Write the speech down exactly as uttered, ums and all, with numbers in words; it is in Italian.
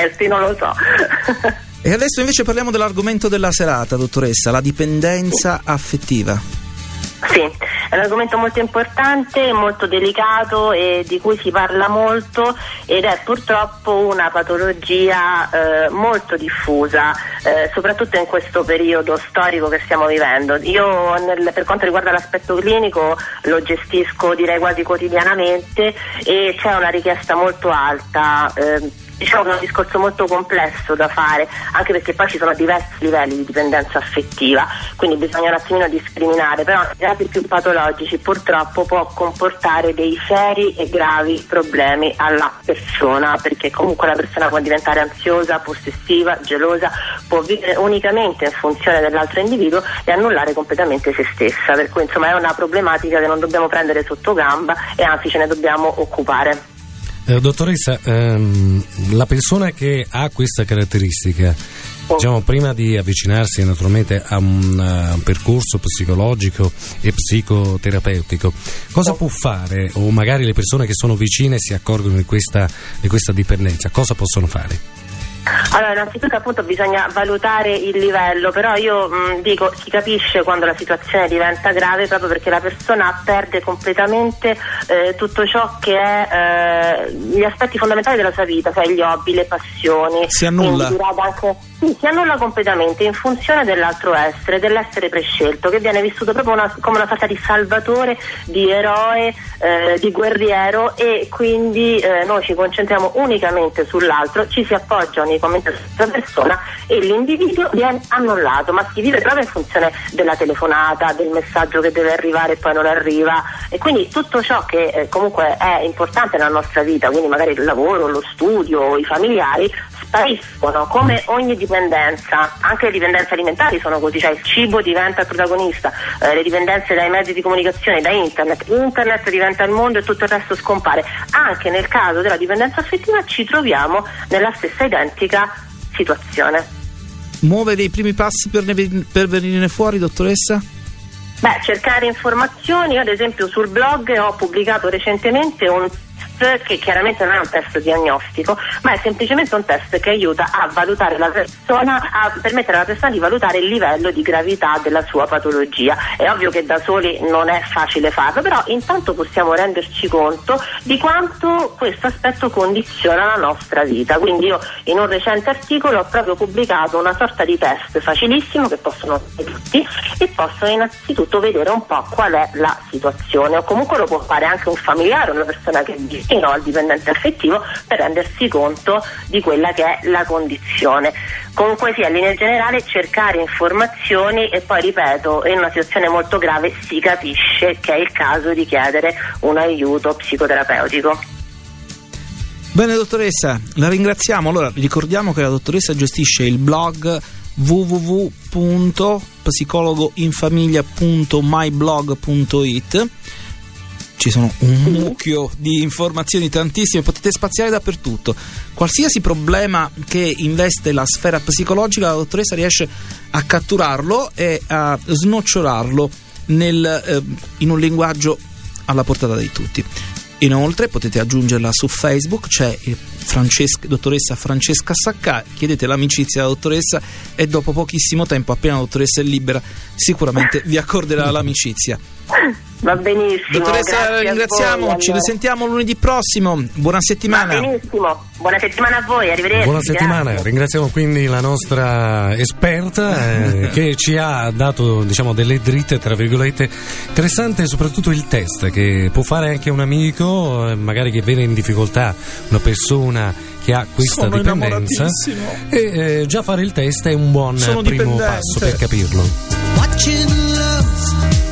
esperti, non lo so. E adesso invece parliamo dell'argomento della serata, dottoressa, la dipendenza affettiva. Sì, è un argomento molto importante, molto delicato e di cui si parla molto, ed è purtroppo una patologia eh, molto diffusa, eh, soprattutto in questo periodo storico che stiamo vivendo. Io nel, per quanto riguarda l'aspetto clinico lo gestisco direi quasi quotidianamente e c'è una richiesta molto alta. Eh, Diciamo che è un discorso molto complesso da fare, anche perché poi ci sono diversi livelli di dipendenza affettiva, quindi bisogna un attimino discriminare, però nei casi più patologici purtroppo può comportare dei seri e gravi problemi alla persona, perché comunque la persona può diventare ansiosa, possessiva, gelosa, può vivere unicamente in funzione dell'altro individuo e annullare completamente se stessa, per cui insomma è una problematica che non dobbiamo prendere sotto gamba e anzi ce ne dobbiamo occupare. Eh, dottoressa, ehm, la persona che ha questa caratteristica, diciamo, prima di avvicinarsi naturalmente a un, a un percorso psicologico e psicoterapeutico, cosa può fare? O magari le persone che sono vicine si accorgono di questa, di questa dipendenza, cosa possono fare? Allora, innanzitutto appunto bisogna valutare il livello, però io mh, dico, si capisce quando la situazione diventa grave proprio perché la persona perde completamente eh, tutto ciò che è eh, gli aspetti fondamentali della sua vita, cioè gli hobby, le passioni. Si annulla. Anche, sì, si annulla completamente in funzione dell'altro essere, dell'essere prescelto, che viene vissuto proprio una, come una sorta di salvatore, di eroe, eh, di guerriero, e quindi eh, noi ci concentriamo unicamente sull'altro, ci si appoggia unicamente sulla persona e l'individuo viene annullato, ma si vive proprio in funzione della telefonata, del messaggio che deve arrivare e poi non arriva, e quindi tutto ciò che eh, comunque è importante nella nostra vita, quindi magari il lavoro, lo studio, i familiari, spariscono come ogni dipendenza. Anche le dipendenze alimentari sono così, cioè il cibo diventa il protagonista, eh, le dipendenze dai mezzi di comunicazione, da internet, internet diventa il mondo e tutto il resto scompare. Anche nel caso della dipendenza affettiva ci troviamo nella stessa identica situazione. Muovere i primi passi per, ne, per venirne fuori, dottoressa? Beh, cercare informazioni. Io ad esempio sul blog ho pubblicato recentemente un che chiaramente non è un test diagnostico, ma è semplicemente un test che aiuta a valutare la persona, a permettere alla persona di valutare il livello di gravità della sua patologia. È ovvio che da soli non è facile farlo, però intanto possiamo renderci conto di quanto questo aspetto condiziona la nostra vita. Quindi io in un recente articolo ho proprio pubblicato una sorta di test facilissimo che possono fare tutti e possono innanzitutto vedere un po' qual è la situazione, o comunque lo può fare anche un familiare, una persona che vive al dipendente affettivo, per rendersi conto di quella che è la condizione. Comunque sia, in linea generale cercare informazioni e poi, ripeto, in una situazione molto grave si capisce che è il caso di chiedere un aiuto psicoterapeutico. Bene dottoressa, la ringraziamo. Allora ricordiamo che la dottoressa gestisce il blog w w w punto psicologoinfamiglia punto myblog punto it. Ci sono un mucchio di informazioni, tantissime, potete spaziare dappertutto. Qualsiasi problema che investe la sfera psicologica, la dottoressa riesce a catturarlo e a snocciolarlo nel, eh, in un linguaggio alla portata di tutti. Inoltre potete aggiungerla su Facebook, c'è Francesca, dottoressa Francesca Saccà, chiedete l'amicizia alla dottoressa e dopo pochissimo tempo, appena la dottoressa è libera, sicuramente vi accorderà l'amicizia. Va benissimo. Dottoressa, la ringraziamo, voi, ci allora. risentiamo lunedì prossimo. Buona settimana. Va benissimo, buona settimana a voi, arrivederci. Buona settimana, grazie. Ringraziamo quindi la nostra esperta eh, che ci ha dato, diciamo, delle dritte, tra virgolette. Interessante soprattutto il test che può fare anche un amico, eh, magari che vede in difficoltà una persona che ha questa Sono dipendenza, e eh, già fare il test è un buon Sono primo dipendente. passo per capirlo. Watching love